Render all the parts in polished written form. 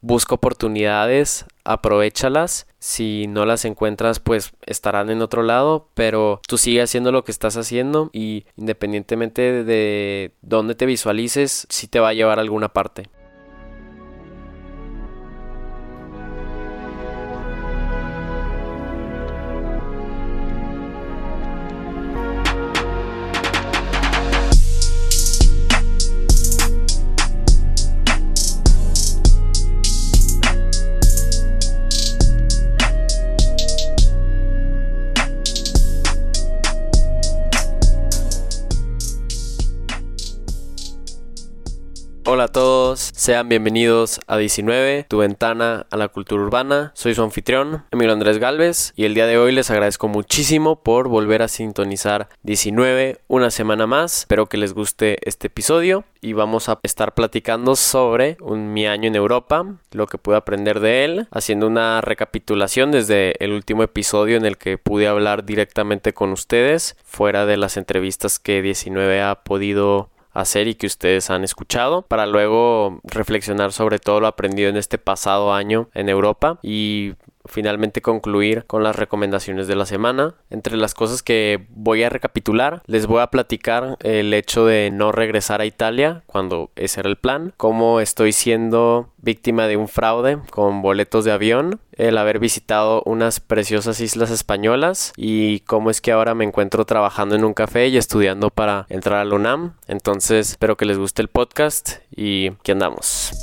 busca oportunidades, aprovéchalas. Si no las encuentras, pues estarán en otro lado, pero tú sigue haciendo lo que estás haciendo y independientemente de dónde te visualices, sí te va a llevar a alguna parte. Hola a todos, sean bienvenidos a 19, tu ventana a la cultura urbana. Soy su anfitrión, Emilio Andrés Galvez, y el día de hoy les agradezco muchísimo por volver a sintonizar 19 una semana más. Espero que les guste este episodio y vamos a estar platicando sobre mi año en Europa, lo que pude aprender de él, haciendo una recapitulación desde el último episodio en el que pude hablar directamente con ustedes, fuera de las entrevistas que 19 ha podido hacer y que ustedes han escuchado, para luego reflexionar sobre todo lo aprendido en este pasado año en Europa y finalmente concluir con las recomendaciones de la semana. Entre las cosas que voy a recapitular, les voy a platicar el hecho de no regresar a Italia cuando ese era el plan, cómo estoy siendo víctima de un fraude con boletos de avión, el haber visitado unas preciosas islas españolas y cómo es que ahora me encuentro trabajando en un café y estudiando para entrar a la UNAM. Entonces espero que les guste el podcast y aquí andamos.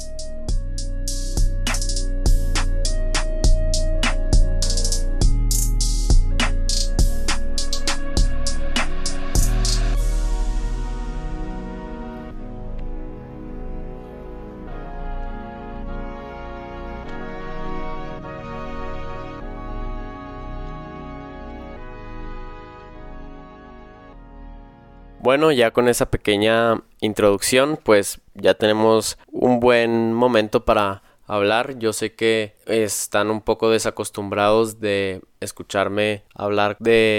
Bueno, ya con esa pequeña introducción, pues ya tenemos un buen momento para hablar. Yo sé que están un poco desacostumbrados de escucharme hablar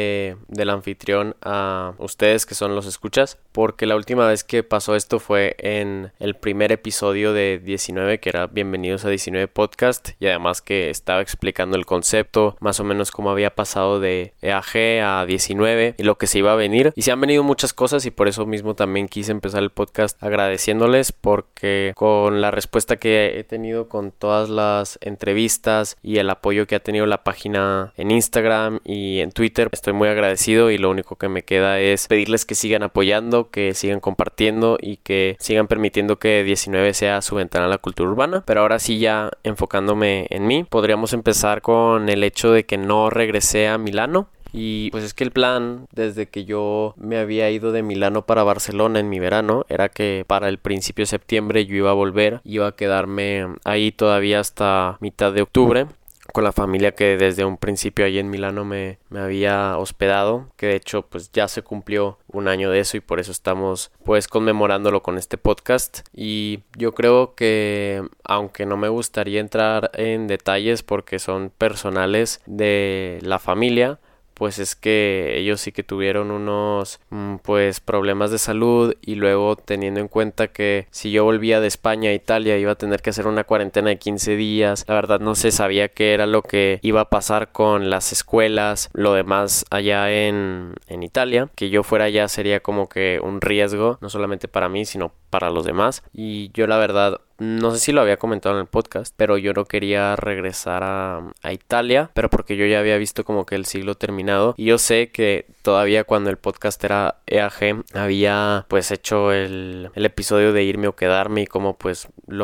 del anfitrión a ustedes que son los escuchas, porque la última vez que pasó esto fue en el primer episodio de 19, que era Bienvenidos a 19 Podcast, y además que estaba explicando el concepto, más o menos cómo había pasado de EAG a 19 y lo que se iba a venir, y se han venido muchas cosas y por eso mismo también quise empezar el podcast agradeciéndoles, porque con la respuesta que he tenido con todas las entrevistas y el apoyo que ha tenido la página en Instagram y en Twitter, estoy muy agradecido y lo único que me queda es pedirles que sigan apoyando, que sigan compartiendo y que sigan permitiendo que 19 sea su ventana a la cultura urbana. Pero ahora sí, ya enfocándome en mí, podríamos empezar con el hecho de que no regresé a Milano. Y pues es que el plan, desde que yo me había ido de Milano para Barcelona en mi verano, era que para el principio de septiembre yo iba a volver, iba a quedarme ahí todavía hasta mitad de octubre con la familia que desde un principio ahí en Milano me había hospedado, que de hecho pues ya se cumplió un año de eso y por eso estamos pues conmemorándolo con este podcast. Y yo creo que, aunque no me gustaría entrar en detalles porque son personales de la familia, pues es que ellos sí que tuvieron unos pues problemas de salud, y luego teniendo en cuenta que si yo volvía de España a Italia iba a tener que hacer una cuarentena de 15 días, la verdad no se sabía qué era lo que iba a pasar con las escuelas, lo demás allá en Italia. Que yo fuera allá sería como que un riesgo, no solamente para mí sino para los demás, y yo la verdad no sé si lo había comentado en el podcast, pero yo no quería regresar a Italia, pero porque yo ya había visto como que el siglo terminado, y yo sé que todavía cuando el podcast era EAG había pues hecho el episodio de irme o quedarme, y como pues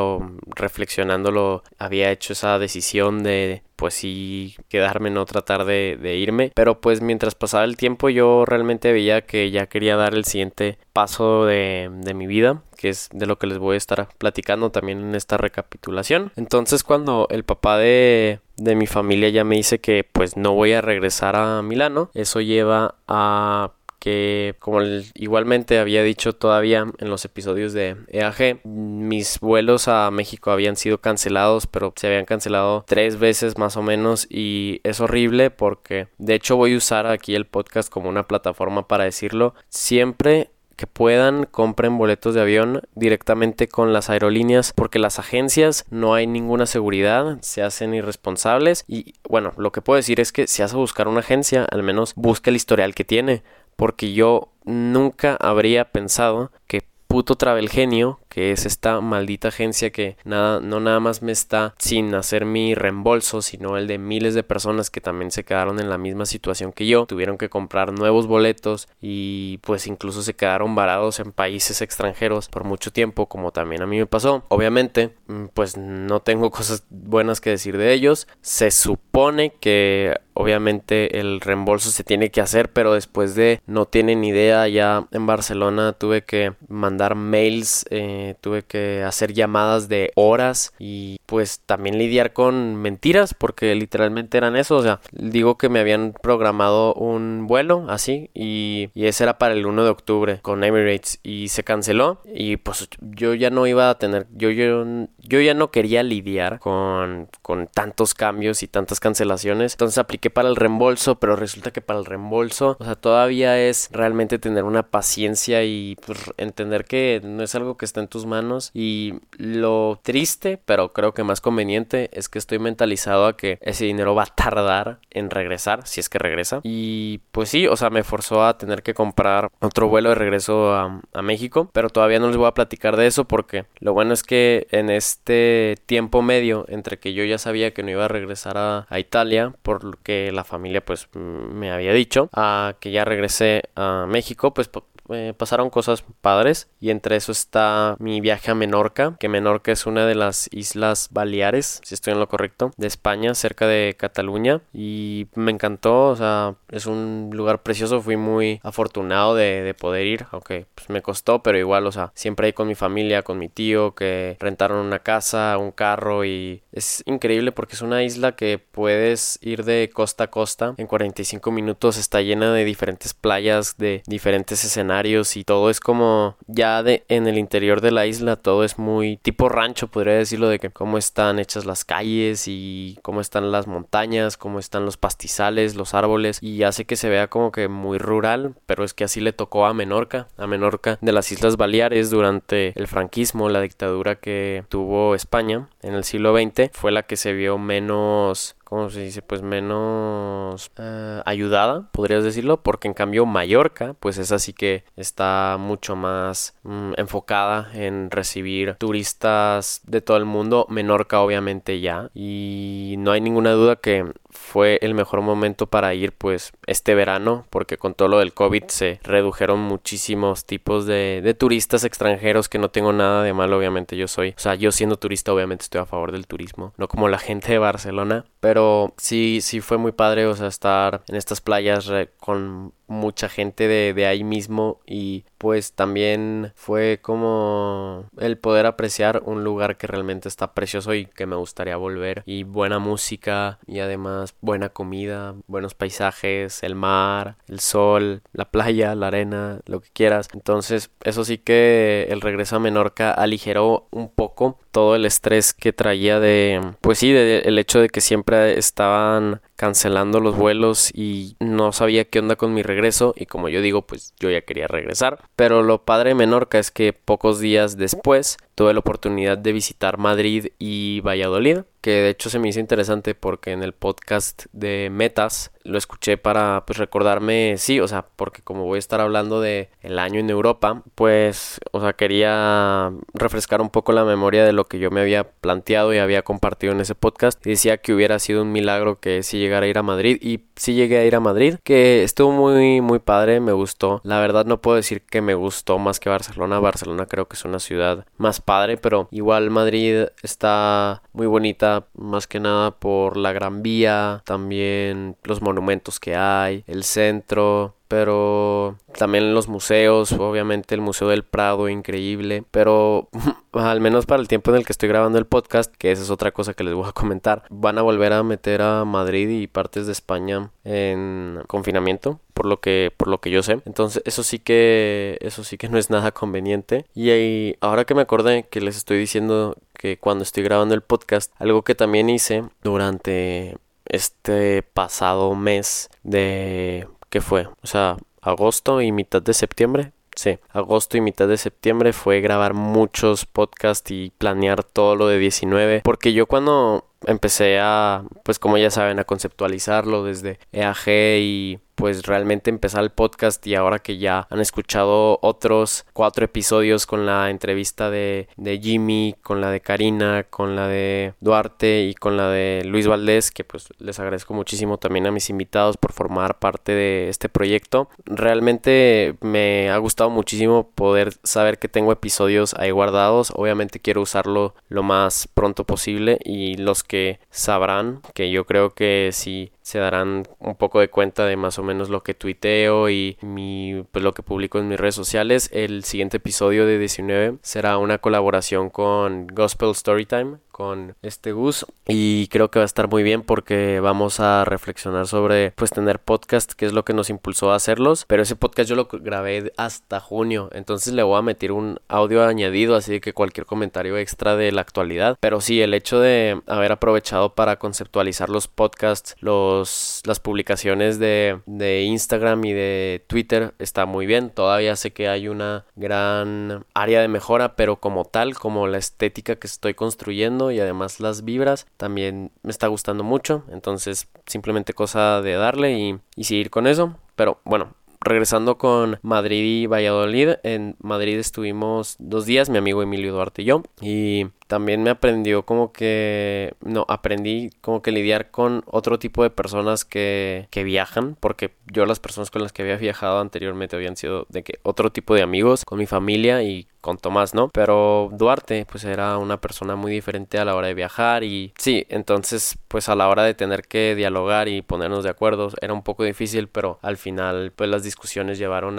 reflexionándolo había hecho esa decisión de pues sí quedarme, no tratar de irme. Pero pues mientras pasaba el tiempo yo realmente veía que ya quería dar el siguiente paso de mi vida, que es de lo que les voy a estar platicando también en esta recapitulación. Entonces, cuando el papá de mi familia ya me dice que pues no voy a regresar a Milano, eso lleva a que, como igualmente había dicho todavía en los episodios de EAG, mis vuelos a México habían sido cancelados, pero se habían cancelado 3 veces más o menos, y es horrible porque de hecho voy a usar aquí el podcast como una plataforma para decirlo. Siempre que puedan, compren boletos de avión directamente con las aerolíneas, porque las agencias no hay ninguna seguridad, se hacen irresponsables. Y bueno, lo que puedo decir es que si vas a buscar una agencia, al menos busca el historial que tiene, porque yo nunca habría pensado que Puto Travel Genio, que es esta maldita agencia que no nada más me está sin hacer mi reembolso, sino el de miles de personas que también se quedaron en la misma situación que yo, tuvieron que comprar nuevos boletos y pues incluso se quedaron varados en países extranjeros por mucho tiempo, como también a mí me pasó. Obviamente, pues no tengo cosas buenas que decir de ellos. Se supone que obviamente el reembolso se tiene que hacer, pero después de no tienen idea, ya en Barcelona tuve que mandar mails, tuve que hacer llamadas de horas y pues también lidiar con mentiras, porque literalmente eran eso. O sea, digo que me habían programado un vuelo así y ese era para el 1 de octubre con Emirates y se canceló y pues yo ya no iba a tener, yo ya no quería lidiar con tantos cambios y tantas cancelaciones. Entonces apliqué para el reembolso, pero resulta que para el reembolso, o sea, todavía es realmente tener una paciencia y pues entender que no es algo que está en tus manos. Y lo triste, pero creo que más conveniente, es que estoy mentalizado a que ese dinero va a tardar en regresar, si es que regresa. Y pues sí, o sea, me forzó a tener que comprar otro vuelo de regreso a México, pero todavía no les voy a platicar de eso, porque lo bueno es que en este tiempo medio entre que yo ya sabía que no iba a regresar a Italia, porque la familia pues me había dicho, a que ya regresé a México, pues pasaron cosas padres, y entre eso está mi viaje a Menorca, que Menorca es una de las islas Baleares, si estoy en lo correcto, de España, cerca de Cataluña, y me encantó. O sea, es un lugar precioso. Fui muy afortunado de poder ir, aunque pues me costó, pero igual, o sea, siempre ahí con mi familia, con mi tío, que rentaron una casa, un carro, y es increíble porque es una isla que puedes ir de costa a costa en 45 minutos, está llena de diferentes playas, de diferentes escenarios, y todo es como ya en el interior de la isla, todo es muy tipo rancho, podría decirlo, de que cómo están hechas las calles y cómo están las montañas, cómo están los pastizales, los árboles, y hace que se vea como que muy rural, pero es que así le tocó a Menorca de las Islas Baleares durante el franquismo, la dictadura que tuvo España en el siglo XX, fue la que se vio menos, ¿cómo se dice? Pues menos ayudada, podrías decirlo, porque en cambio Mallorca, pues es así que está mucho más enfocada en recibir turistas de todo el mundo. Menorca obviamente ya, y no hay ninguna duda que fue el mejor momento para ir pues este verano, porque con todo lo del COVID se redujeron muchísimos tipos de turistas extranjeros, que no tengo nada de malo, obviamente yo siendo turista obviamente estoy a favor del turismo, no como la gente de Barcelona, pero sí fue muy padre, o sea, estar en estas playas con mucha gente de ahí mismo, y pues también fue como el poder apreciar un lugar que realmente está precioso y que me gustaría volver, y buena música, y además buena comida, buenos paisajes, el mar, el sol, la playa, la arena, lo que quieras. Entonces eso sí que el regreso a Menorca aligeró un poco todo el estrés que traía el hecho de que siempre estaban cancelando los vuelos y no sabía qué onda con mi regreso, y como yo digo, pues yo ya quería regresar. Pero lo padre de Menorca es que pocos días después tuve la oportunidad de visitar Madrid y Valladolid, que de hecho se me hizo interesante porque en el podcast de Metas lo escuché para pues recordarme, sí, o sea, porque como voy a estar hablando de el año en Europa, pues, o sea, quería refrescar un poco la memoria de lo que yo me había planteado y había compartido en ese podcast, y decía que hubiera sido un milagro que sí llegara a ir a Madrid, y sí llegué a ir a Madrid, que estuvo muy muy padre, me gustó. La verdad no puedo decir que me gustó más que Barcelona. Barcelona creo que es una ciudad más padre, pero igual Madrid está muy bonita, más que nada por la Gran Vía, también los monumentos que hay, el centro, pero también los museos, obviamente el Museo del Prado, increíble, pero al menos para el tiempo en el que estoy grabando el podcast, que esa es otra cosa que les voy a comentar, van a volver a meter a Madrid y partes de España en confinamiento, por lo que yo sé. Entonces eso sí que no es nada conveniente. Y ahora que me acordé que les estoy diciendo que cuando estoy grabando el podcast, algo que también hice durante este pasado mes de... ¿qué fue? O sea, agosto y mitad de septiembre, Sí, agosto y mitad de septiembre fue grabar muchos podcasts y planear todo lo de 19, porque yo cuando empecé a, pues como ya saben, a conceptualizarlo desde EAG y pues realmente empezar el podcast, y ahora que ya han escuchado otros 4 episodios con la entrevista de Jimmy, con la de Karina, con la de Duarte y con la de Luis Valdés, que pues les agradezco muchísimo también a mis invitados por formar parte de este proyecto. Realmente me ha gustado muchísimo poder saber que tengo episodios ahí guardados. Obviamente quiero usarlo lo más pronto posible, y los que sabrán, que yo creo que sí se darán un poco de cuenta de más o menos lo que tuiteo y pues lo que publico en mis redes sociales. El siguiente episodio de 19 será una colaboración con Gospel Storytime, con Gus, y creo que va a estar muy bien porque vamos a reflexionar sobre pues tener podcast, que es lo que nos impulsó a hacerlos, pero ese podcast yo lo grabé hasta junio, entonces le voy a meter un audio añadido, así que cualquier comentario extra de la actualidad. Pero sí, el hecho de haber aprovechado para conceptualizar los podcasts, las publicaciones de Instagram y de Twitter, está muy bien. Todavía sé que hay una gran área de mejora, pero como tal, como la estética que estoy construyendo y además las vibras, también me está gustando mucho. Entonces simplemente cosa de darle y seguir con eso. Pero bueno, regresando con Madrid y Valladolid. En Madrid estuvimos 2 días, mi amigo Emilio Duarte y yo, y también aprendí como que lidiar con otro tipo de personas que viajan, porque yo las personas con las que había viajado anteriormente habían sido de que otro tipo de amigos, con mi familia y con Tomás, ¿no? Pero Duarte pues era una persona muy diferente a la hora de viajar, y sí, entonces pues a la hora de tener que dialogar y ponernos de acuerdo era un poco difícil, pero al final pues las discusiones llevaron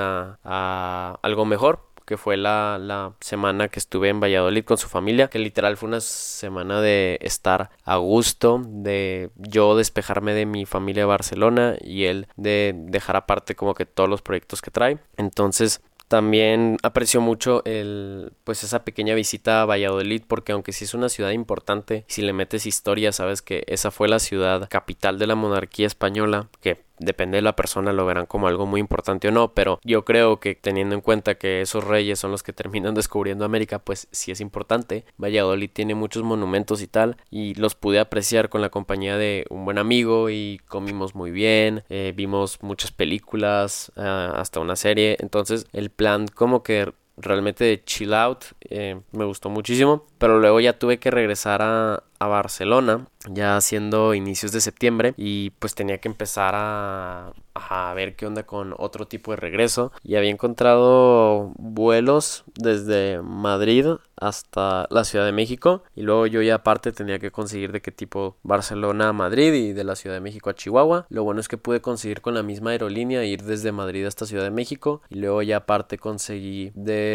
a algo mejor, que fue la semana que estuve en Valladolid con su familia, que literal fue una semana de estar a gusto, de yo despejarme de mi familia de Barcelona y él de dejar aparte como que todos los proyectos que trae. Entonces también aprecio mucho pues esa pequeña visita a Valladolid, porque aunque sí es una ciudad importante, si le metes historia, sabes que esa fue la ciudad capital de la monarquía española, que depende de la persona, lo verán como algo muy importante o no, pero yo creo que teniendo en cuenta que esos reyes son los que terminan descubriendo América, pues sí es importante. Valladolid tiene muchos monumentos y tal, y los pude apreciar con la compañía de un buen amigo y comimos muy bien, vimos muchas películas, hasta una serie. Entonces el plan como que realmente de chill out me gustó muchísimo, pero luego ya tuve que regresar a Barcelona, ya siendo inicios de septiembre, y pues tenía que empezar a ver qué onda con otro tipo de regreso, y había encontrado vuelos desde Madrid hasta la Ciudad de México, y luego yo ya aparte tenía que conseguir de qué tipo Barcelona a Madrid y de la Ciudad de México a Chihuahua. Lo bueno es que pude conseguir con la misma aerolínea ir desde Madrid hasta Ciudad de México, y luego ya aparte conseguí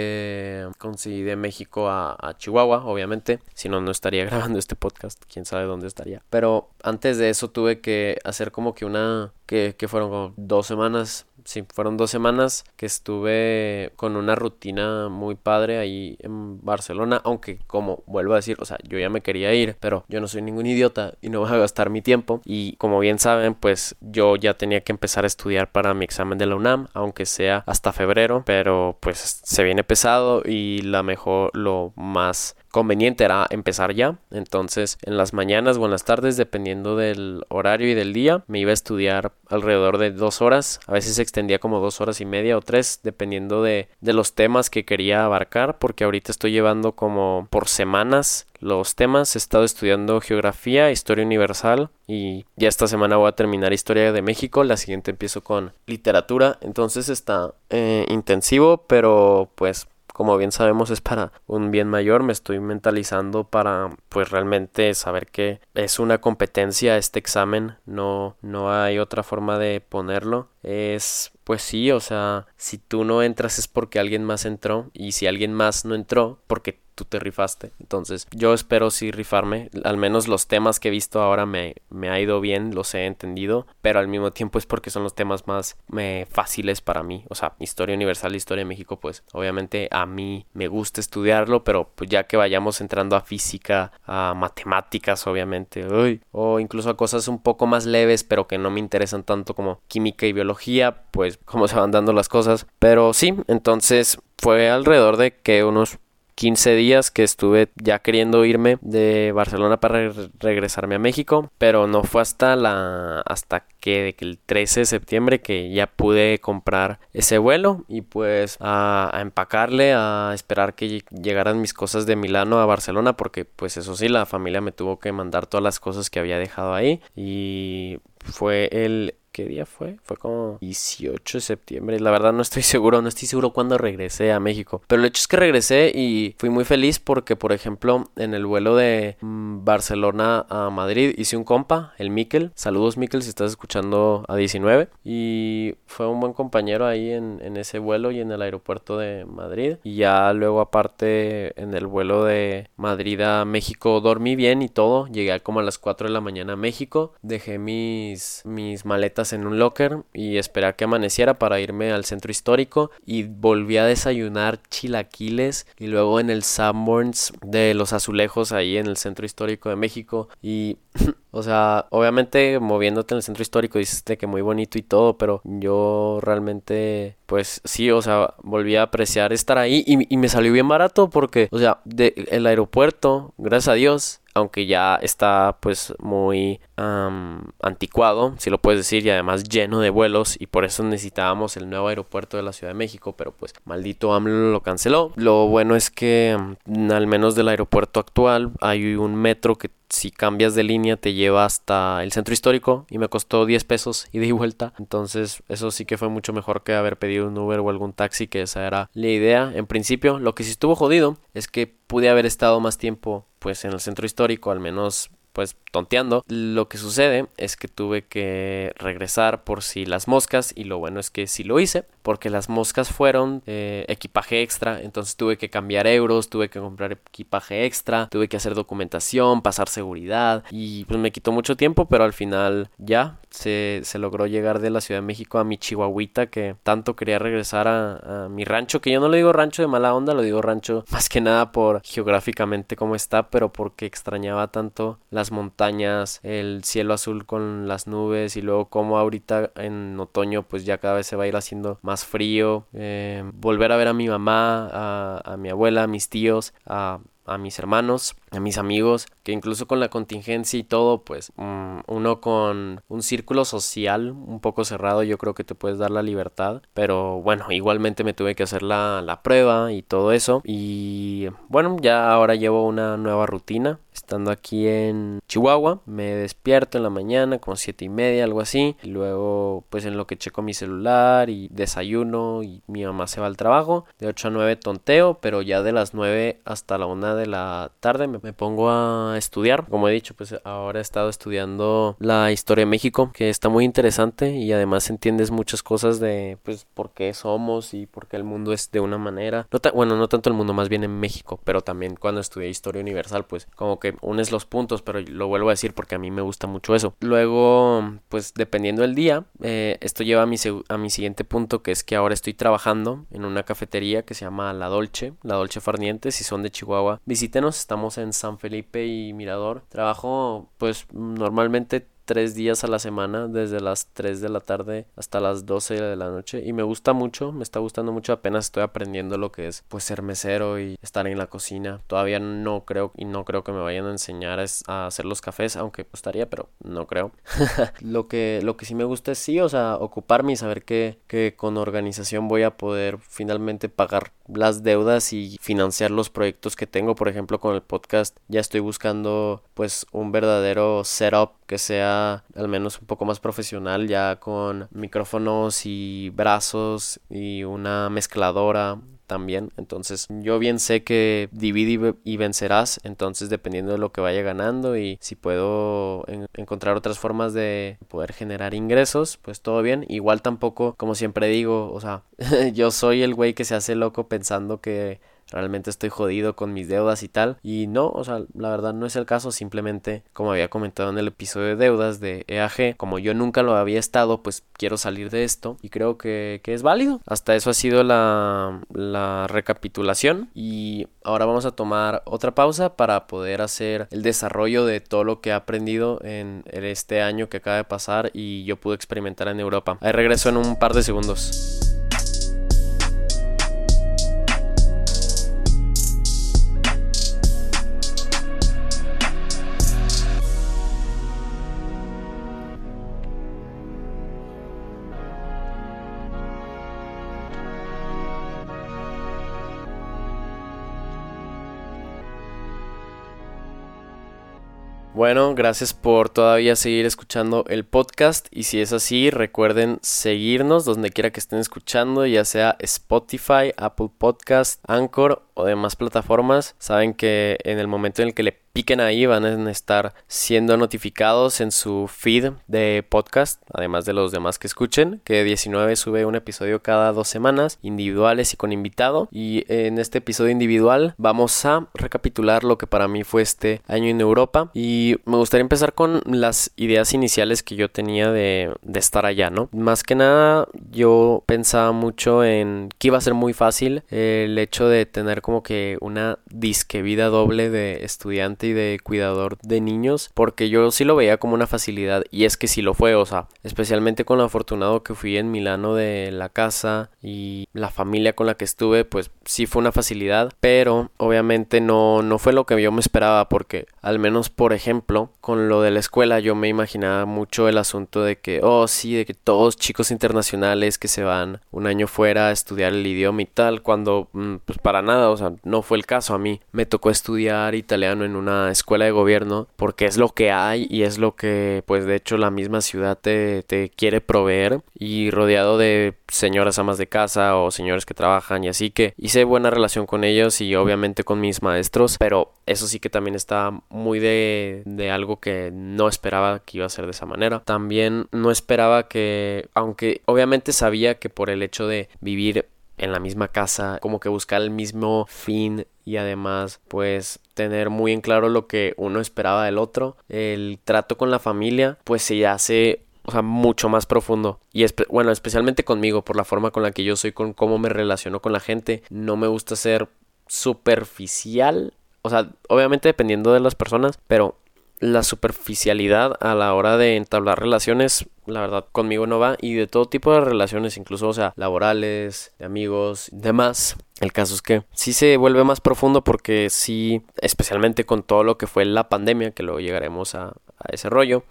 de México a Chihuahua, obviamente, si no, no estaría grabando este podcast, quién sabe dónde estaría. Pero antes de eso tuve que hacer como que que fueron como 2 semanas. Sí, fueron 2 semanas que estuve con una rutina muy padre ahí en Barcelona, aunque como vuelvo a decir, o sea, yo ya me quería ir, pero yo no soy ningún idiota y no voy a gastar mi tiempo, y como bien saben, pues yo ya tenía que empezar a estudiar para mi examen de la UNAM, aunque sea hasta febrero, pero pues se viene pesado y lo más conveniente era empezar ya. Entonces en las mañanas o en las tardes, dependiendo del horario y del día, me iba a estudiar alrededor de 2 horas, a veces se extendía como 2 horas y media o 3, dependiendo de los temas que quería abarcar, porque ahorita estoy llevando como por semanas los temas. He estado estudiando geografía, historia universal, y ya esta semana voy a terminar historia de México, la siguiente empiezo con literatura. Entonces está intensivo, pero pues como bien sabemos es para un bien mayor. Me estoy mentalizando para pues realmente saber que es una competencia este examen, no hay otra forma de ponerlo. Es pues sí, o sea, si tú no entras es porque alguien más entró, y si alguien más no entró porque tú te rifaste. Entonces yo espero sí rifarme, al menos los temas que he visto ahora me ha ido bien, los he entendido, pero al mismo tiempo es porque son los temas más fáciles para mí. O sea, historia universal, historia de México, pues obviamente a mí me gusta estudiarlo, pero pues ya que vayamos entrando a física, a matemáticas obviamente, o incluso a cosas un poco más leves pero que no me interesan tanto como química y biología, pues cómo se van dando las cosas. Pero sí, entonces fue alrededor de que unos 15 días que estuve ya queriendo irme de Barcelona para regresarme a México, pero no fue hasta que el 13 de septiembre que ya pude comprar ese vuelo y pues a empacarle, a esperar que llegaran mis cosas de Milano a Barcelona, porque pues eso sí, la familia me tuvo que mandar todas las cosas que había dejado ahí. Y fue ¿qué día fue? Fue como 18 de septiembre. La verdad no estoy seguro cuándo regresé a México. Pero el hecho es que regresé y fui muy feliz porque, por ejemplo, en el vuelo de Barcelona a Madrid hice un compa, el Miquel. Saludos, Miquel, si estás escuchando a 19. Y fue un buen compañero ahí en ese vuelo y en el aeropuerto de Madrid. Y ya luego aparte en el vuelo de Madrid a México dormí bien y todo. Llegué como a las 4 de la mañana a México. Dejé mis maletas en un locker y esperé a que amaneciera para irme al centro histórico y volví a desayunar chilaquiles y luego en el Sanborns de los Azulejos ahí en el centro histórico de México y o sea, obviamente moviéndote en el centro histórico dices que muy bonito y todo, pero yo realmente pues sí, o sea, volví a apreciar estar ahí y me salió bien barato porque, o sea, el aeropuerto, gracias a Dios, aunque ya está pues muy anticuado, si lo puedes decir, y además lleno de vuelos, y por eso necesitábamos el nuevo aeropuerto de la Ciudad de México, pero pues maldito AMLO lo canceló. Lo bueno es que al menos del aeropuerto actual hay un metro que si cambias de línea te lleva hasta el centro histórico y me costó 10 pesos ida y vuelta. Entonces eso sí que fue mucho mejor que haber pedido un Uber o algún taxi, que esa era la idea en principio. Lo que sí estuvo jodido es que pude haber estado más tiempo pues en el centro histórico, al menos pues tonteando. Lo que sucede es que tuve que regresar por si las moscas, y lo bueno es que sí lo hice porque las moscas fueron equipaje extra, entonces tuve que cambiar euros, tuve que comprar equipaje extra, tuve que hacer documentación, pasar seguridad y pues me quitó mucho tiempo, pero al final ya se logró llegar de la Ciudad de México a mi Chihuahuita, que tanto quería regresar a mi rancho, que yo no lo digo rancho de mala onda, lo digo rancho más que nada por geográficamente cómo está, pero porque extrañaba tanto las montañas, el cielo azul con las nubes, y luego como ahorita en otoño pues ya cada vez se va a ir haciendo más frío, volver a ver a mi mamá, a mi abuela, a mis tíos, a mis hermanos, a mis amigos, que incluso con la contingencia y todo, pues uno con un círculo social un poco cerrado, yo creo que te puedes dar la libertad, pero bueno, igualmente me tuve que hacer la prueba y todo eso, y bueno, ya ahora llevo una nueva rutina. Estando aquí en Chihuahua, me despierto en la mañana como 7:30, algo así, y luego pues en lo que checo mi celular y desayuno y mi mamá se va al trabajo, de 8 a 9 tonteo, pero ya de las 9 hasta la 1 de la tarde me pongo a estudiar. Como he dicho, pues ahora he estado estudiando la historia de México, que está muy interesante, y además entiendes muchas cosas de pues por qué somos y por qué el mundo es de una manera. Bueno, no tanto el mundo, más bien en México, pero también cuando estudié historia universal, pues como que unes los puntos, pero lo vuelvo a decir porque a mí me gusta mucho eso. Luego, pues dependiendo del día, esto lleva a mi siguiente punto, que es que ahora estoy trabajando en una cafetería que se llama La Dolce Farniente. Si son de Chihuahua, visítenos, estamos en San Felipe y Mirador. Trabajo pues normalmente 3 días a la semana, desde las 3 de la tarde hasta las 12 de la noche, y me gusta mucho, me está gustando mucho. Apenas estoy aprendiendo lo que es pues ser mesero y estar en la cocina. Todavía no creo que me vayan a enseñar a hacer los cafés, aunque gustaría, pero no creo. Lo que sí me gusta es sí, o sea, ocuparme y saber que con organización voy a poder finalmente pagar las deudas y financiar los proyectos que tengo. Por ejemplo, con el podcast ya estoy buscando pues un verdadero setup que sea al menos un poco más profesional, ya con micrófonos y brazos y una mezcladora también. Entonces yo bien sé que divide y vencerás, entonces dependiendo de lo que vaya ganando y si puedo encontrar otras formas de poder generar ingresos, pues todo bien. Igual tampoco, como siempre digo, o sea, yo soy el güey que se hace loco pensando que realmente estoy jodido con mis deudas y tal. Y no, o sea, la verdad no es el caso, simplemente como había comentado en el episodio de deudas de EAG, como yo nunca lo había estado, pues quiero salir de esto y creo que es válido. Hasta eso ha sido la recapitulación y ahora vamos a tomar otra pausa para poder hacer el desarrollo de todo lo que he aprendido en este año que acaba de pasar y yo pude experimentar en Europa. Ahí regreso en un par de segundos. Bueno, gracias por todavía seguir escuchando el podcast y si es así, recuerden seguirnos donde quiera que estén escuchando, ya sea Spotify, Apple Podcast, Anchor o demás plataformas. Saben que en el momento en el que le piquen ahí van a estar siendo notificados en su feed de podcast, además de los demás que escuchen, que 19 sube un episodio cada 2 semanas, individuales y con invitado. Y en este episodio individual vamos a recapitular lo que para mí fue este año en Europa y me gustaría empezar con las ideas iniciales que yo tenía de estar allá, ¿no? Más que nada yo pensaba mucho en que iba a ser muy fácil el hecho de tener como que una disque vida doble de estudiante y de cuidador de niños, porque yo sí lo veía como una facilidad y es que sí lo fue, o sea, especialmente con lo afortunado que fui en Milano de la casa y la familia con la que estuve, pues sí fue una facilidad, pero obviamente no fue lo que yo me esperaba, porque al menos por ejemplo con lo de la escuela yo me imaginaba mucho el asunto de que de que todos chicos internacionales que se van un año fuera a estudiar el idioma y tal, cuando pues para nada, o sea, no fue el caso. A mí me tocó estudiar italiano en una escuela de gobierno porque es lo que hay y es lo que pues de hecho la misma ciudad te quiere proveer, y rodeado de señoras amas de casa o señores que trabajan, y así que hice buena relación con ellos y obviamente con mis maestros, pero eso sí que también está muy de algo que no esperaba que iba a ser de esa manera. También no esperaba que, aunque obviamente sabía que por el hecho de vivir en la misma casa, como que buscar el mismo fin y además pues tener muy en claro lo que uno esperaba del otro, el trato con la familia pues se hace, o sea, mucho más profundo. Y bueno, especialmente conmigo, por la forma con la que yo soy, con cómo me relaciono con la gente. No me gusta ser superficial, o sea, obviamente dependiendo de las personas, pero la superficialidad a la hora de entablar relaciones, la verdad, conmigo no va, y de todo tipo de relaciones, incluso, o sea, laborales, de amigos, demás. El caso es que sí se vuelve más profundo porque sí, especialmente con todo lo que fue la pandemia, que luego llegaremos a ese rollo,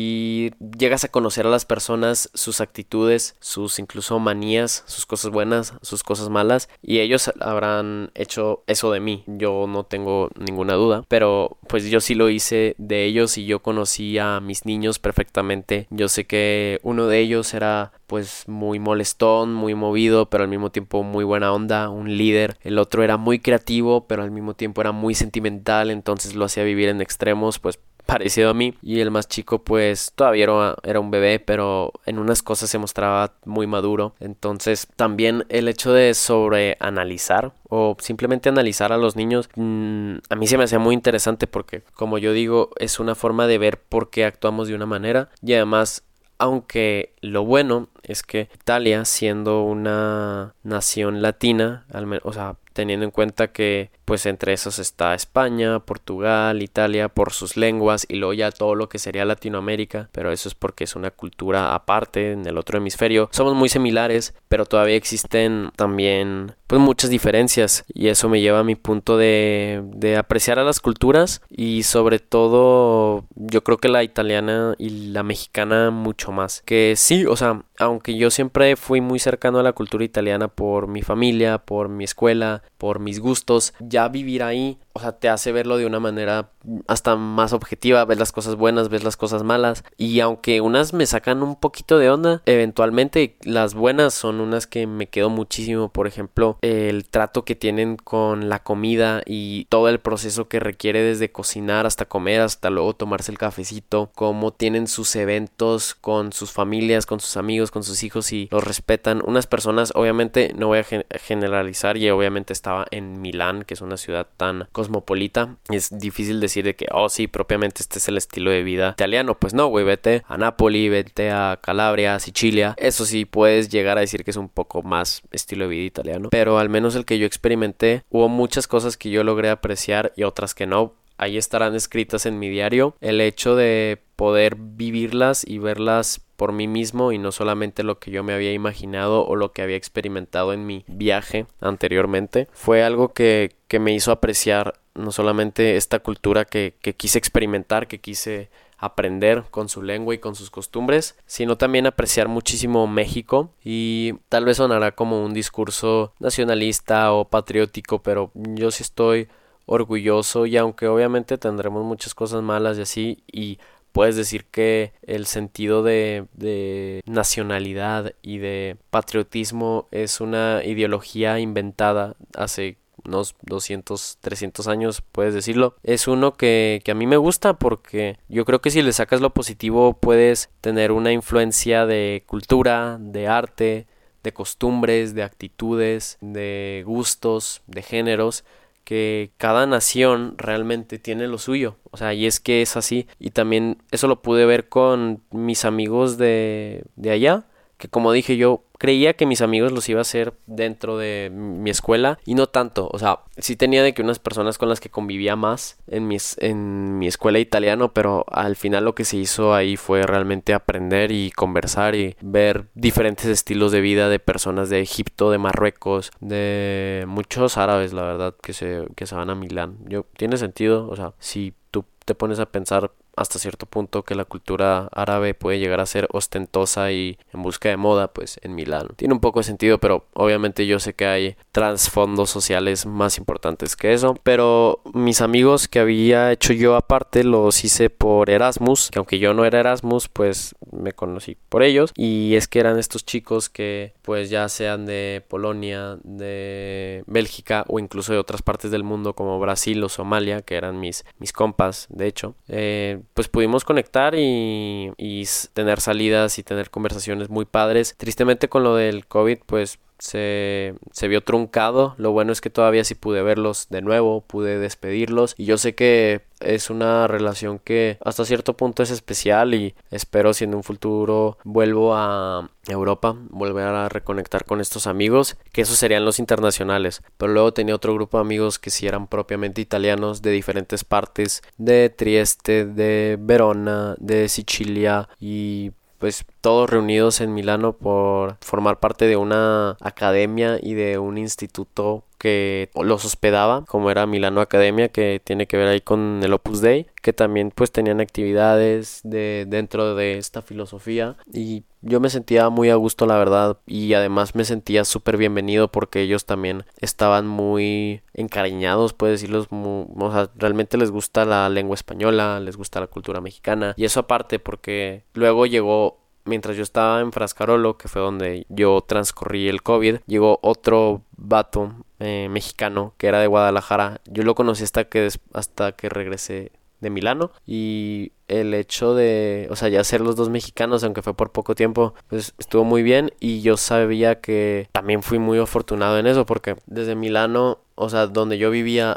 si llegas a conocer a las personas, sus actitudes, sus incluso manías, sus cosas buenas, sus cosas malas, y ellos habrán hecho eso de mí, yo no tengo ninguna duda, pero pues yo sí lo hice de ellos y yo conocí a mis niños perfectamente. Yo sé que uno de ellos era pues muy molestón, muy movido, pero al mismo tiempo muy buena onda, un líder. El otro era muy creativo, pero al mismo tiempo era muy sentimental, entonces lo hacía vivir en extremos, pues parecido a mí. Y el más chico pues todavía era un bebé, pero en unas cosas se mostraba muy maduro. Entonces también el hecho de sobreanalizar o simplemente analizar a los niños, a mí se me hacía muy interesante porque, como yo digo, es una forma de ver por qué actuamos de una manera. Y además, aunque lo bueno es que Italia, siendo una nación latina, o sea, teniendo en cuenta que pues entre esos está España, Portugal, Italia por sus lenguas y luego ya todo lo que sería Latinoamérica, pero eso es porque es una cultura aparte en el otro hemisferio. Somos muy similares, pero todavía existen también pues muchas diferencias, y eso me lleva a mi punto de apreciar a las culturas, y sobre todo yo creo que la italiana y la mexicana mucho más. Que sí, o sea, aunque yo siempre fui muy cercano a la cultura italiana por mi familia, por mi escuela, por mis gustos, ya vivir ahí, o sea, te hace verlo de una manera hasta más objetiva, ves las cosas buenas, ves las cosas malas, y aunque unas me sacan un poquito de onda, eventualmente las buenas son unas que me quedo muchísimo. Por ejemplo, el trato que tienen con la comida y todo el proceso que requiere desde cocinar hasta comer, hasta luego tomarse el cafecito, cómo tienen sus eventos con sus familias, con sus amigos, con sus hijos y los respetan. Unas personas, obviamente no voy a generalizar, y obviamente estaba en Milán, que es una ciudad tan cosmopolita, es difícil decir de que, oh sí, propiamente este es el estilo de vida italiano. Pues no, güey, vete a Nápoli, vete a Calabria, a Sicilia, eso sí puedes llegar a decir que es un poco más estilo de vida italiano, pero al menos el que yo experimenté, hubo muchas cosas que yo logré apreciar y otras que no. Ahí estarán escritas en mi diario. El hecho de poder vivirlas y verlas por mí mismo y no solamente lo que yo me había imaginado o lo que había experimentado en mi viaje anteriormente, fue algo que me hizo apreciar no solamente esta cultura que quise experimentar, que quise aprender con su lengua y con sus costumbres, sino también apreciar muchísimo México. Y tal vez sonará como un discurso nacionalista o patriótico, pero yo sí estoy orgulloso, y aunque obviamente tendremos muchas cosas malas y así, y puedes decir que el sentido de nacionalidad y de patriotismo es una ideología inventada hace unos 200, 300 años, puedes decirlo. Es uno que a mí me gusta, porque yo creo que si le sacas lo positivo puedes tener una influencia de cultura, de arte, de costumbres, de actitudes, de gustos, de géneros, que cada nación realmente tiene lo suyo. O sea, y es que es así. Y también eso lo pude ver con mis amigos de allá, que como dije, yo creía que mis amigos los iba a hacer dentro de mi escuela y no tanto. O sea, sí tenía de que unas personas con las que convivía más en mi escuela italiano, pero al final lo que se hizo ahí fue realmente aprender y conversar y ver diferentes estilos de vida de personas de Egipto, de Marruecos, de muchos árabes, la verdad, que se van a Milán. Tiene sentido, o sea, si tú te pones a pensar hasta cierto punto que la cultura árabe puede llegar a ser ostentosa y en busca de moda, pues en Milán tiene un poco de sentido, pero obviamente yo sé que hay trasfondos sociales más importantes que eso. Pero mis amigos que había hecho yo aparte los hice por Erasmus, que aunque yo no era Erasmus, pues me conocí por ellos, y es que eran estos chicos que pues ya sean de Polonia, de Bélgica o incluso de otras partes del mundo como Brasil o Somalia, que eran mis compas, de hecho, pues pudimos conectar y tener salidas y tener conversaciones muy padres. Tristemente con lo del COVID pues se vio truncado. Lo bueno es que todavía sí pude verlos de nuevo, pude despedirlos, y yo sé que es una relación que hasta cierto punto es especial, y espero si en un futuro vuelvo a Europa volver a reconectar con estos amigos, que esos serían los internacionales. Pero luego tenía otro grupo de amigos que sí eran propiamente italianos, de diferentes partes, de Trieste, de Verona, de Sicilia, y pues todos reunidos en Milano por formar parte de una academia y de un instituto que los hospedaba, como era Milano Academia, que tiene que ver ahí con el Opus Dei, que también pues tenían actividades dentro de esta filosofía, y yo me sentía muy a gusto, la verdad, y además me sentía súper bienvenido porque ellos también estaban muy encariñados, puedes decirlos, o sea, realmente les gusta la lengua española, les gusta la cultura mexicana, y eso aparte porque luego llegó, mientras yo estaba en Frascarolo, que fue donde yo transcurrí el COVID, llegó otro vato mexicano que era de Guadalajara. Yo lo conocí hasta que regresé de Milano, y el hecho de, o sea, ya ser los dos mexicanos, aunque fue por poco tiempo, pues estuvo muy bien, y yo sabía que también fui muy afortunado en eso, porque desde Milano, o sea, donde yo vivía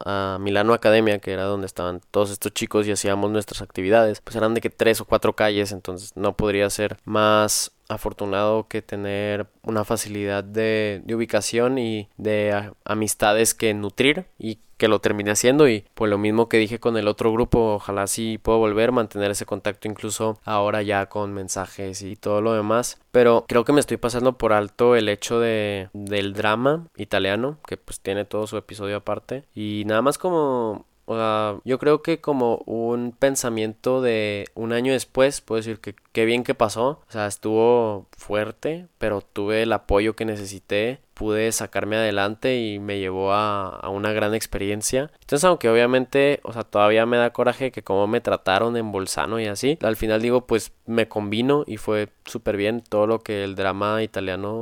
a Milano Academia, que era donde estaban todos estos chicos y hacíamos nuestras actividades, pues eran de que 3 o 4 calles, entonces no podría ser más afortunado que tener una facilidad de ubicación y de amistades que nutrir, y que lo terminé haciendo. Y pues lo mismo que dije con el otro grupo, ojalá sí puedo volver a mantener ese contacto, incluso ahora ya con mensajes y todo lo demás. Pero creo que me estoy pasando por alto el hecho del drama italiano, que pues tiene todo su episodio aparte, y nada más como, o sea, yo creo que como un pensamiento de un año después, puedo decir que qué bien que pasó. O sea, estuvo fuerte, pero tuve el apoyo que necesité pude sacarme adelante y me llevó a una gran experiencia. Entonces, aunque obviamente, o sea, todavía me da coraje que como me trataron en Bolzano y así, al final digo, pues me convino y fue súper bien todo lo que el drama italiano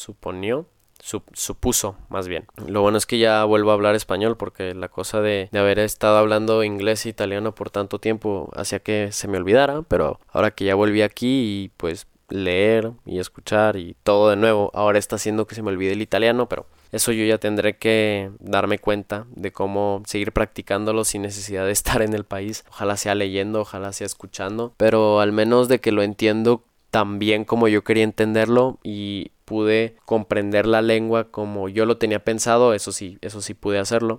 supuso más bien. Lo bueno es que ya vuelvo a hablar español porque la cosa de haber estado hablando inglés e italiano por tanto tiempo hacía que se me olvidara, pero ahora que ya volví aquí y pues leer y escuchar y todo de nuevo, ahora está haciendo que se me olvide el italiano, pero eso yo ya tendré que darme cuenta de cómo seguir practicándolo sin necesidad de estar en el país. Ojalá sea leyendo, ojalá sea escuchando, pero al menos de que lo entiendo tan bien como yo quería entenderlo y pude comprender la lengua como yo lo tenía pensado, eso sí pude hacerlo.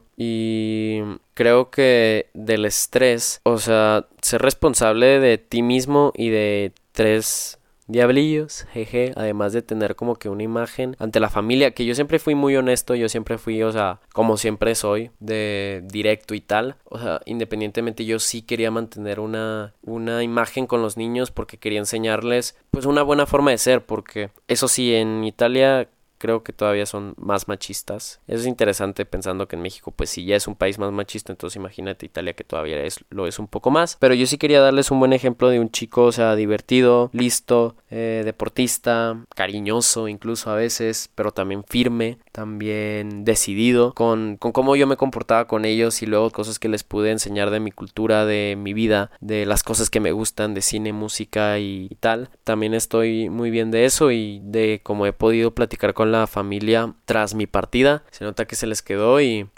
Y creo que del estrés, o sea, ser responsable de ti mismo y de tres diablillos, jeje, además de tener como que una imagen ante la familia, que yo siempre fui muy honesto, yo siempre fui, o sea, como siempre soy, de directo y tal, o sea, independientemente yo sí quería mantener una imagen con los niños porque quería enseñarles pues una buena forma de ser, porque eso sí, en Italia creo que todavía son más machistas. Eso es interesante pensando que en México pues si ya es un país más machista, entonces imagínate Italia que todavía lo es un poco más. Pero yo sí quería darles un buen ejemplo de un chico, o sea, divertido, listo, deportista, cariñoso incluso a veces, pero también firme, también decidido, con cómo yo me comportaba con ellos y luego cosas que les pude enseñar de mi cultura, de mi vida, de las cosas que me gustan, de cine, música y tal. También estoy muy bien de eso y de cómo he podido platicar con la familia tras mi partida. Se nota que se les quedó y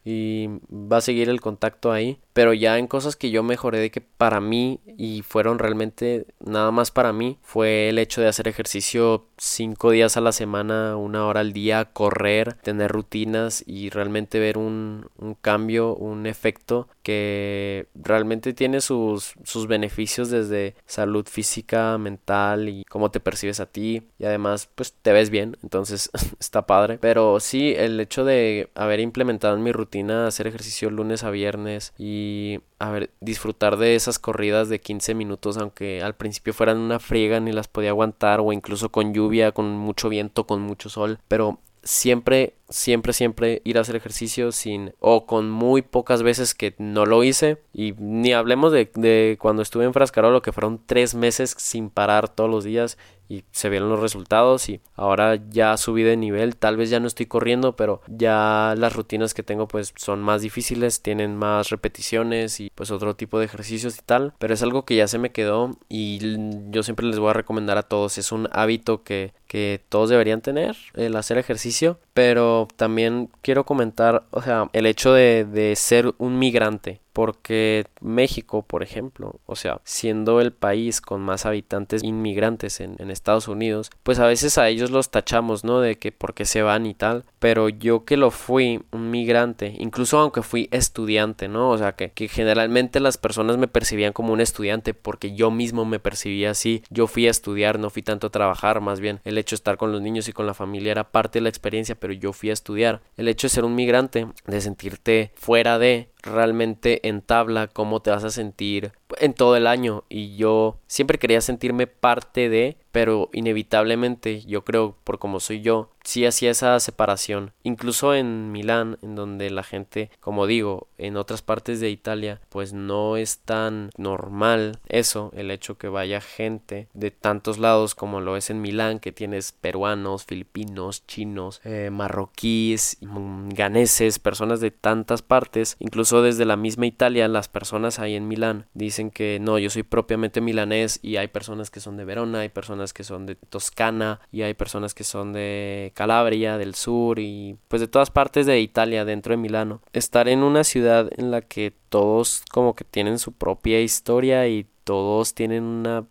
va a seguir el contacto ahí. Pero ya en cosas que yo mejoré de que para mí y fueron realmente nada más para mí fue el hecho de hacer ejercicio 5 días a la semana, 1 hora al día, correr, tener rutinas y realmente ver un cambio, un efecto que realmente tiene sus beneficios desde salud física, mental y cómo te percibes a ti y además pues te ves bien, entonces está padre. Pero sí, el hecho de haber implementado en mi rutina hacer ejercicio lunes a viernes y a ver, disfrutar de esas corridas de 15 minutos, aunque al principio fueran una friega ni las podía aguantar, o incluso con lluvia, con mucho viento, con mucho sol, pero siempre ir a hacer ejercicio o con muy pocas veces que no lo hice, y ni hablemos de cuando estuve en Frascarolo, que fueron 3 meses sin parar todos los días y se vieron los resultados y ahora ya subí de nivel, tal vez ya no estoy corriendo, pero ya las rutinas que tengo pues son más difíciles, tienen más repeticiones y pues otro tipo de ejercicios y tal, pero es algo que ya se me quedó y yo siempre les voy a recomendar a todos, es un hábito que todos deberían tener, el hacer ejercicio, pero también quiero comentar, o sea, el hecho de ser un migrante. Porque México, por ejemplo, o sea, siendo el país con más habitantes inmigrantes en Estados Unidos, pues a veces a ellos los tachamos, ¿no? De que por qué se van y tal. Pero yo que lo fui, un migrante, incluso aunque fui estudiante, ¿no? O sea, que generalmente las personas me percibían como un estudiante porque yo mismo me percibía así. Yo fui a estudiar, no fui tanto a trabajar, más bien el hecho de estar con los niños y con la familia era parte de la experiencia, pero yo fui a estudiar. El hecho de ser un migrante, de sentirte fuera de, realmente entabla cómo te vas a sentir en todo el año, y yo siempre quería sentirme parte de, pero inevitablemente yo creo por como soy yo sí hacía esa separación, incluso en Milán, en donde la gente, como digo, en otras partes de Italia pues no es tan normal eso, el hecho que vaya gente de tantos lados como lo es en Milán, que tienes peruanos, filipinos, chinos, marroquíes, ganeses, personas de tantas partes, incluso desde la misma Italia. Las personas ahí en Milán dicen que no, yo soy propiamente milanés, y hay personas que son de Verona, hay personas que son de Toscana y hay personas que son de Calabria, del sur y pues de todas partes de Italia dentro de Milano. Estar en una ciudad en la que todos como que tienen su propia historia y todos tienen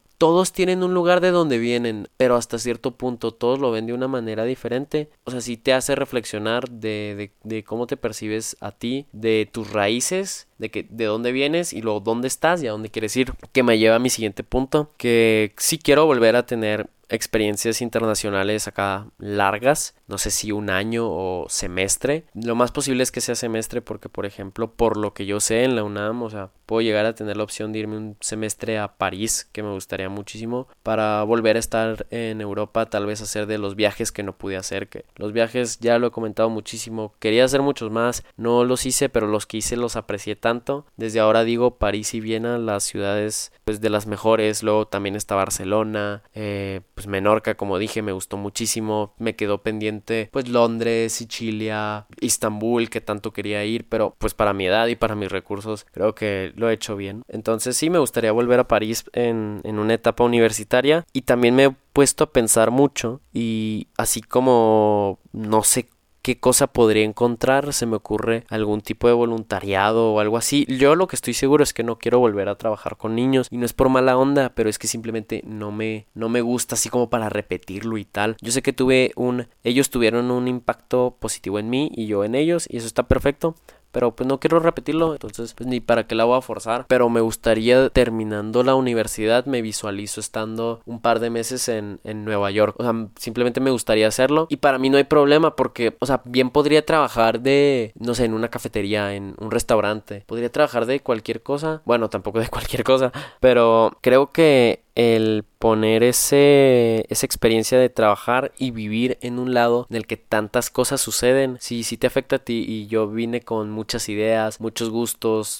un lugar de donde vienen, pero hasta cierto punto todos lo ven de una manera diferente. O sea, sí te hace reflexionar de cómo te percibes a ti, de tus raíces de dónde vienes y luego dónde estás y a dónde quieres ir, que me lleva a mi siguiente punto, que sí quiero volver a tener experiencias internacionales acá largas, no sé si un año o semestre. Lo más posible es que sea semestre porque, por ejemplo, por lo que yo sé en la UNAM, o sea, puedo llegar a tener la opción de irme un semestre a París, que me gustaría muchísimo, para volver a estar en Europa, tal vez hacer de los viajes que no pude hacer, que los viajes ya lo he comentado muchísimo, quería hacer muchos más, no los hice, pero los que hice los aprecié tanto. Desde ahora digo París y Viena, las ciudades pues de las mejores. Luego también está Barcelona, pues Menorca, como dije, me gustó muchísimo. Me quedó pendiente pues Londres, Sicilia, Istambul, que tanto quería ir, pero pues para mi edad y para mis recursos creo que lo he hecho bien. Entonces sí me gustaría volver a París en una etapa universitaria, y también me he puesto a pensar mucho, y así como no sé qué cosa podría encontrar, se me ocurre algún tipo de voluntariado o algo así. Yo lo que estoy seguro es que no quiero volver a trabajar con niños, y no es por mala onda, pero es que simplemente no me gusta así como para repetirlo y tal. Yo sé que ellos tuvieron un impacto positivo en mí y yo en ellos, y eso está perfecto, pero pues no quiero repetirlo, entonces pues ni para qué la voy a forzar. Pero me gustaría, terminando la universidad, me visualizo estando un par de meses en Nueva York. O sea, simplemente me gustaría hacerlo, y para mí no hay problema porque, o sea, bien podría trabajar no sé, en una cafetería, en un restaurante, podría trabajar de cualquier cosa, bueno, tampoco de cualquier cosa, pero creo que el poner esa experiencia de trabajar y vivir en un lado en el que tantas cosas suceden, sí te afecta a ti. Y yo vine con muchas ideas, muchos gustos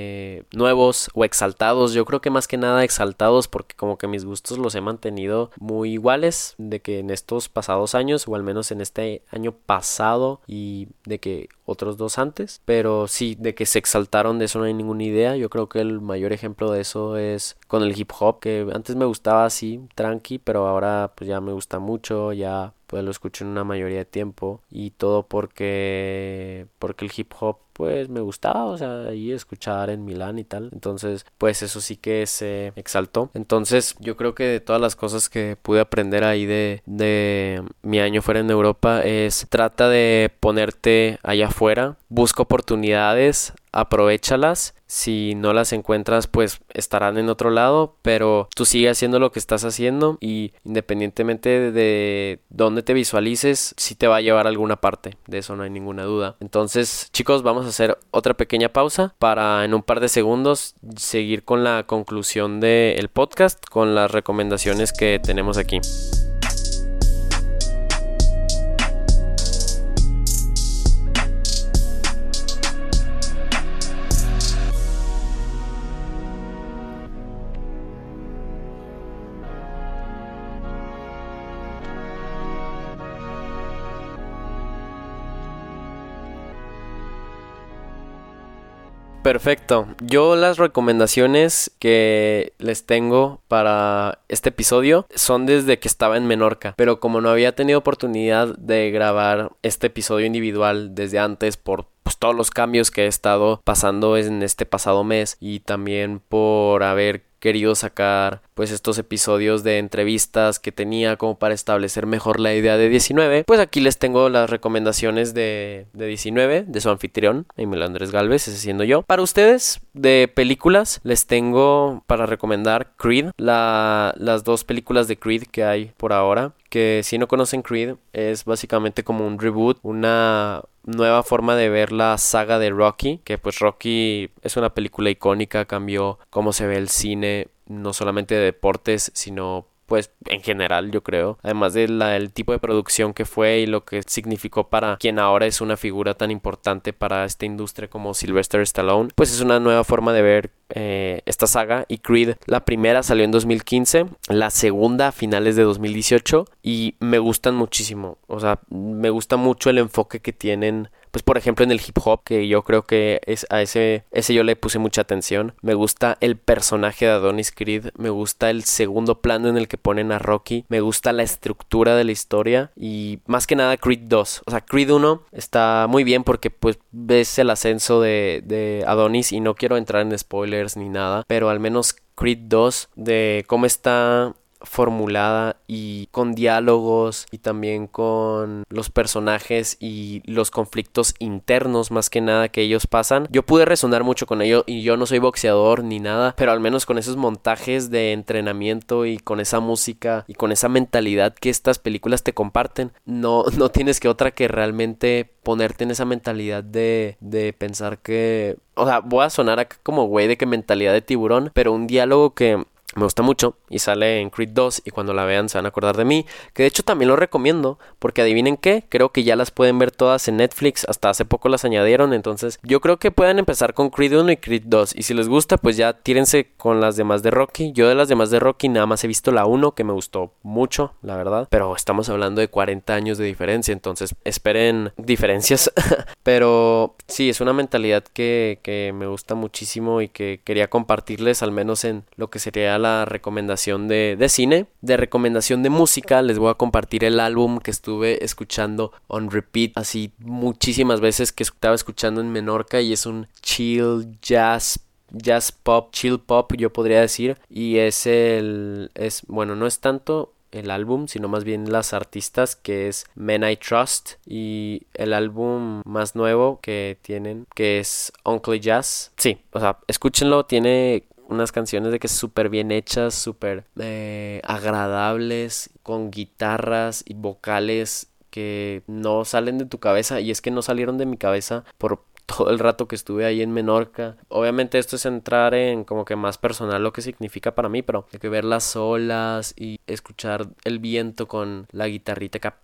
nuevos o exaltados. Yo creo que más que nada exaltados, porque como que mis gustos los he mantenido muy iguales de que en estos pasados años, o al menos en este año pasado y de que otros 2 antes, pero sí, de que se exaltaron, de eso no hay ninguna idea. Yo creo que el mayor ejemplo de eso es con el hip hop, que antes me gustaba así, tranqui, pero ahora pues ya me gusta mucho, ya pues lo escucho en una mayoría de tiempo, y todo porque el hip hop pues me gustaba, o sea, ahí escuchar en Milán y tal. Entonces pues eso sí que se exaltó. Entonces yo creo que de todas las cosas que pude aprender ahí de mi año fuera en Europa, es trata de ponerte allá afuera, busca oportunidades, aprovéchalas. Si no las encuentras, pues estarán en otro lado, pero tú sigue haciendo lo que estás haciendo, y independientemente de dónde te visualices, sí te va a llevar a alguna parte, de eso no hay ninguna duda. Entonces, chicos, vamos a hacer otra pequeña pausa para en un par de segundos seguir con la conclusión del podcast, con las recomendaciones que tenemos aquí. Perfecto. Yo las recomendaciones que les tengo para este episodio son desde que estaba en Menorca, pero como no había tenido oportunidad de grabar este episodio individual desde antes por pues todos los cambios que he estado pasando en este pasado mes, y también por haber querido sacar pues estos episodios de entrevistas que tenía como para establecer mejor la idea de 19, pues aquí les tengo las recomendaciones de 19, de su anfitrión, Emilio Andrés Galvez, ese siendo yo. Para ustedes, de películas, les tengo para recomendar Creed, las 2 películas de Creed que hay por ahora, que si no conocen Creed, es básicamente como un reboot, una nueva forma de ver la saga de Rocky, que pues Rocky es una película icónica, cambió cómo se ve el cine, no solamente de deportes, sino pues en general, yo creo, además del tipo de producción que fue y lo que significó para quien ahora es una figura tan importante para esta industria como Sylvester Stallone, pues es una nueva forma de ver esta saga. Y Creed, la primera salió en 2015, la segunda a finales de 2018, y me gustan muchísimo. O sea, me gusta mucho el enfoque que tienen, pues por ejemplo en el hip hop, que yo creo que a ese yo le puse mucha atención. Me gusta el personaje de Adonis Creed, me gusta el segundo plano en el que ponen a Rocky, me gusta la estructura de la historia, y más que nada Creed 2. O sea, Creed 1 está muy bien porque pues ves el ascenso de Adonis, y no quiero entrar en spoilers ni nada, pero al menos Creed 2, de cómo está formulada y con diálogos y también con los personajes y los conflictos internos más que nada que ellos pasan. Yo pude resonar mucho con ello y yo no soy boxeador ni nada, pero al menos con esos montajes de entrenamiento y con esa música y con esa mentalidad que estas películas te comparten, no tienes que otra que realmente ponerte en esa mentalidad de pensar que... O sea, voy a sonar acá como güey de que mentalidad de tiburón, pero un diálogo que me gusta mucho y sale en Creed 2 y cuando la vean se van a acordar de mí, que de hecho también lo recomiendo porque adivinen qué, creo que ya las pueden ver todas en Netflix, hasta hace poco las añadieron, entonces yo creo que pueden empezar con Creed 1 y Creed 2 y si les gusta pues ya tírense con las demás de Rocky. Yo de las demás de Rocky nada más he visto la 1 que me gustó mucho, la verdad, pero estamos hablando de 40 años de diferencia, entonces esperen diferencias, pero sí, es una mentalidad que me gusta muchísimo y que quería compartirles al menos en lo que sería la recomendación de cine. De recomendación de música les voy a compartir el álbum que estuve escuchando on repeat así muchísimas veces, que estaba escuchando en Menorca, y es un chill jazz pop, chill pop yo podría decir, y bueno, no es tanto el álbum, sino más bien las artistas, que es Men I Trust, y el álbum más nuevo que tienen, que es Uncle Jazz. Sí, o sea, escúchenlo, tiene unas canciones de que súper bien hechas, súper agradables, con guitarras y vocales que no salen de tu cabeza, y es que no salieron de mi cabeza por todo el rato que estuve ahí en Menorca. Obviamente esto es entrar en como que más personal lo que significa para mí, pero hay que ver las olas y escuchar el viento con la guitarrita acá,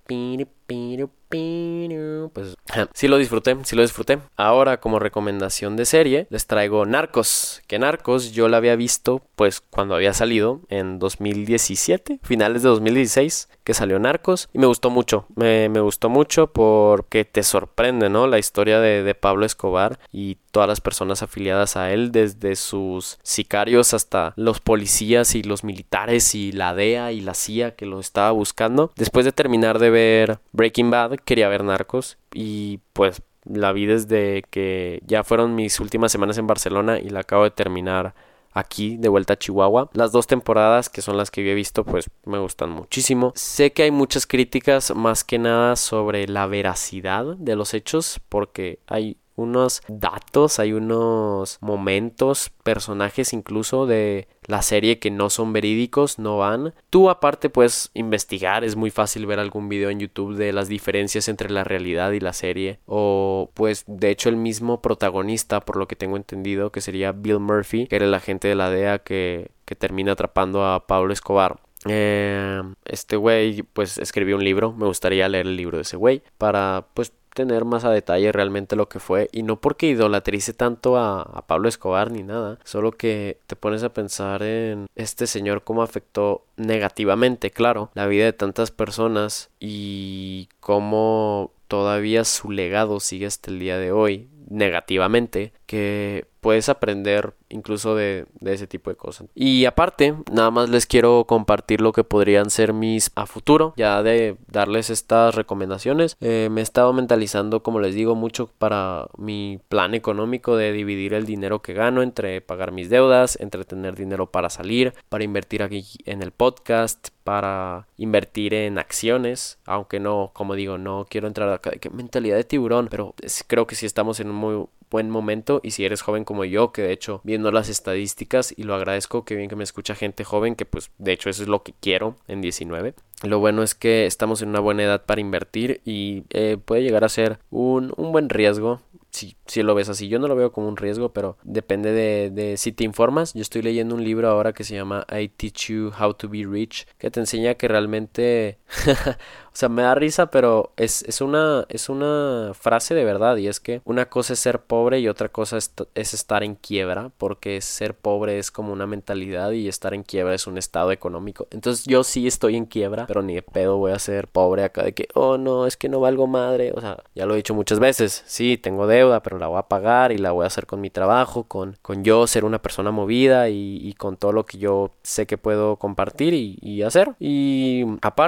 pues sí lo disfruté. Ahora, como recomendación de serie, les traigo Narcos, que Narcos yo la había visto pues cuando había salido en 2017, finales de 2016 que salió Narcos, y me gustó mucho, me gustó mucho porque te sorprende, ¿no? La historia de Pablo Escobar y todas las personas afiliadas a él, desde sus sicarios hasta los policías y los militares y la DEA y la CIA que lo estaba buscando. Después de terminar de ver Breaking Bad, quería ver Narcos y pues la vi desde que ya fueron mis últimas semanas en Barcelona y la acabo de terminar aquí de vuelta a Chihuahua. Las 2 temporadas que son las que yo he visto pues me gustan muchísimo. Sé que hay muchas críticas más que nada sobre la veracidad de los hechos, porque hay unos datos, hay unos momentos, personajes incluso de la serie que no son verídicos, no van. Tú aparte puedes investigar, es muy fácil ver algún video en YouTube de las diferencias entre la realidad y la serie, o pues de hecho el mismo protagonista, por lo que tengo entendido, que sería Bill Murphy, que era el agente de la DEA que termina atrapando a Pablo Escobar. Este güey pues escribió un libro, me gustaría leer el libro de ese güey para pues tener más a detalle realmente lo que fue, y no porque idolatrice tanto a Pablo Escobar ni nada, solo que te pones a pensar en este señor cómo afectó negativamente, claro, la vida de tantas personas y cómo todavía su legado sigue hasta el día de hoy negativamente, que puedes aprender incluso de ese tipo de cosas. Y aparte, nada más les quiero compartir lo que podrían ser mis a futuro, ya de darles estas recomendaciones. Me he estado mentalizando, como les digo, mucho para mi plan económico de dividir el dinero que gano entre pagar mis deudas, entre tener dinero para salir, para invertir aquí en el podcast, para invertir en acciones, aunque no, como digo, no quiero entrar acá de que mentalidad de tiburón, pero creo que sí estamos en un muy buen momento, y si eres joven como yo, que de hecho viendo las estadísticas, y lo agradezco, que bien que me escucha gente joven, que pues de hecho eso es lo que quiero en 19. Lo bueno es que estamos en una buena edad para invertir y puede llegar a ser un buen riesgo. Si lo ves así, yo no lo veo como un riesgo, pero depende de si te informas. Yo estoy leyendo un libro ahora que se llama I Teach You How to Be Rich, que te enseña que realmente o sea, me da risa, pero es una frase de verdad, y es que una cosa es ser pobre y otra cosa es estar en quiebra, porque ser pobre es como una mentalidad y estar en quiebra es un estado económico. Entonces yo sí estoy en quiebra, pero ni de pedo voy a ser pobre acá de que, oh no, es que no valgo madre. O sea, ya lo he dicho muchas veces, sí, tengo deuda, pero la voy a pagar y la voy a hacer con mi trabajo, con yo ser una persona movida y con todo lo que yo sé que puedo compartir y hacer. Y aparte,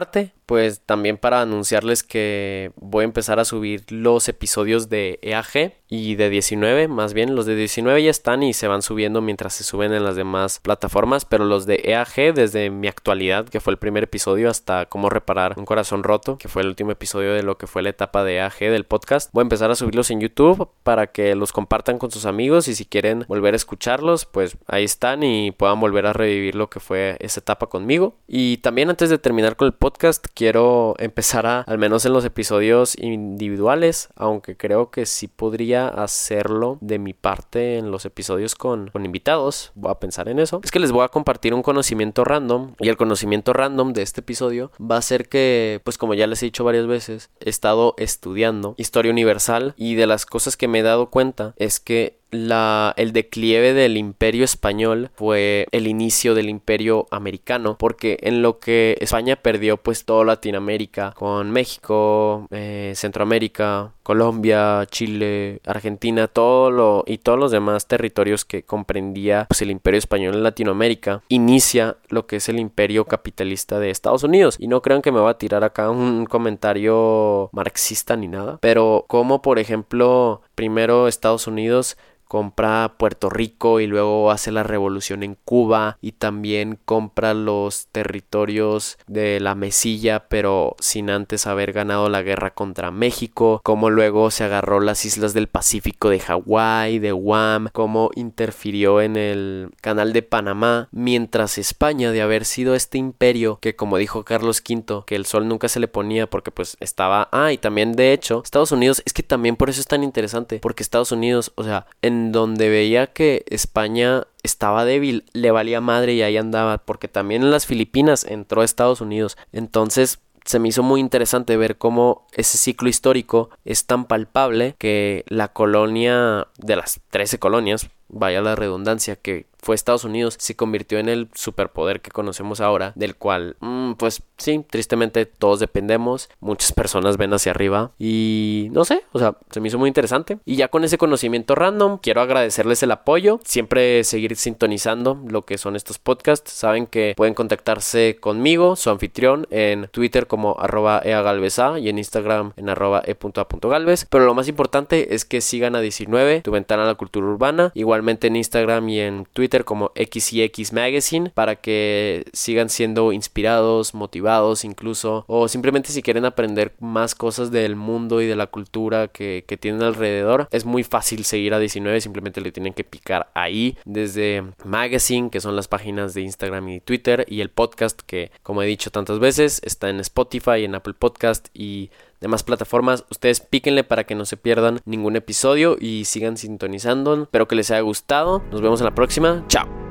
pues también para anunciarles que voy a empezar a subir los episodios de EAG y de 19, más bien los de 19 ya están y se van subiendo mientras se suben en las demás plataformas, pero los de EAG desde mi actualidad, que fue el primer episodio, hasta cómo reparar un corazón roto, que fue el último episodio de lo que fue la etapa de EAG del podcast, voy a empezar a subirlos en YouTube para que los compartan con sus amigos y si quieren volver a escucharlos, pues ahí están y puedan volver a revivir lo que fue esa etapa conmigo. Y también antes de terminar con el podcast, quiero empezar al menos en los episodios individuales, aunque creo que sí podría hacerlo de mi parte en los episodios con invitados, voy a pensar en eso. Es que les voy a compartir un conocimiento random y el conocimiento random de este episodio va a ser que, pues como ya les he dicho varias veces, he estado estudiando historia universal y de las cosas que me he dado cuenta es que el declive del imperio español fue el inicio del imperio americano, porque en lo que España perdió pues toda Latinoamérica con México, Centroamérica, Colombia, Chile, Argentina, todos los demás territorios que comprendía pues el imperio español en Latinoamérica, inicia lo que es el imperio capitalista de Estados Unidos. Y no crean que me va a tirar acá un comentario marxista ni nada, pero como por ejemplo primero Estados Unidos compra Puerto Rico y luego hace la revolución en Cuba y también compra los territorios de la Mesilla pero sin antes haber ganado la guerra contra México, como luego se agarró las islas del Pacífico de Hawái, de Guam, como interfirió en el canal de Panamá, mientras España, de haber sido este imperio que, como dijo Carlos V, que el sol nunca se le ponía porque pues estaba, y también de hecho Estados Unidos, es que también por eso es tan interesante, porque Estados Unidos, o sea, en donde veía que España estaba débil, le valía madre y ahí andaba, porque también en las Filipinas entró a Estados Unidos. Entonces se me hizo muy interesante ver cómo ese ciclo histórico es tan palpable que la colonia de las 13 colonias, vaya la redundancia, que fue Estados Unidos, se convirtió en el superpoder que conocemos ahora, del cual, pues sí, tristemente todos dependemos, muchas personas ven hacia arriba y no sé, o sea, se me hizo muy interesante. Y ya con ese conocimiento random, quiero agradecerles el apoyo, siempre seguir sintonizando lo que son estos podcasts. Saben que pueden contactarse conmigo, su anfitrión, en Twitter como @eagalvesa y en Instagram en @e.a.galvez, pero lo más importante es que sigan a 19, tu ventana a la cultura urbana, igualmente en Instagram y en Twitter como XYX Magazine, para que sigan siendo inspirados, motivados incluso, o simplemente si quieren aprender más cosas del mundo y de la cultura que tienen alrededor. Es muy fácil seguir a 19, simplemente le tienen que picar ahí desde Magazine, que son las páginas de Instagram y Twitter, y el podcast que, como he dicho tantas veces, está en Spotify, en Apple Podcast y demás plataformas. Ustedes píquenle para que no se pierdan ningún episodio y sigan sintonizando. Espero que les haya gustado. Nos vemos en la próxima. Chao.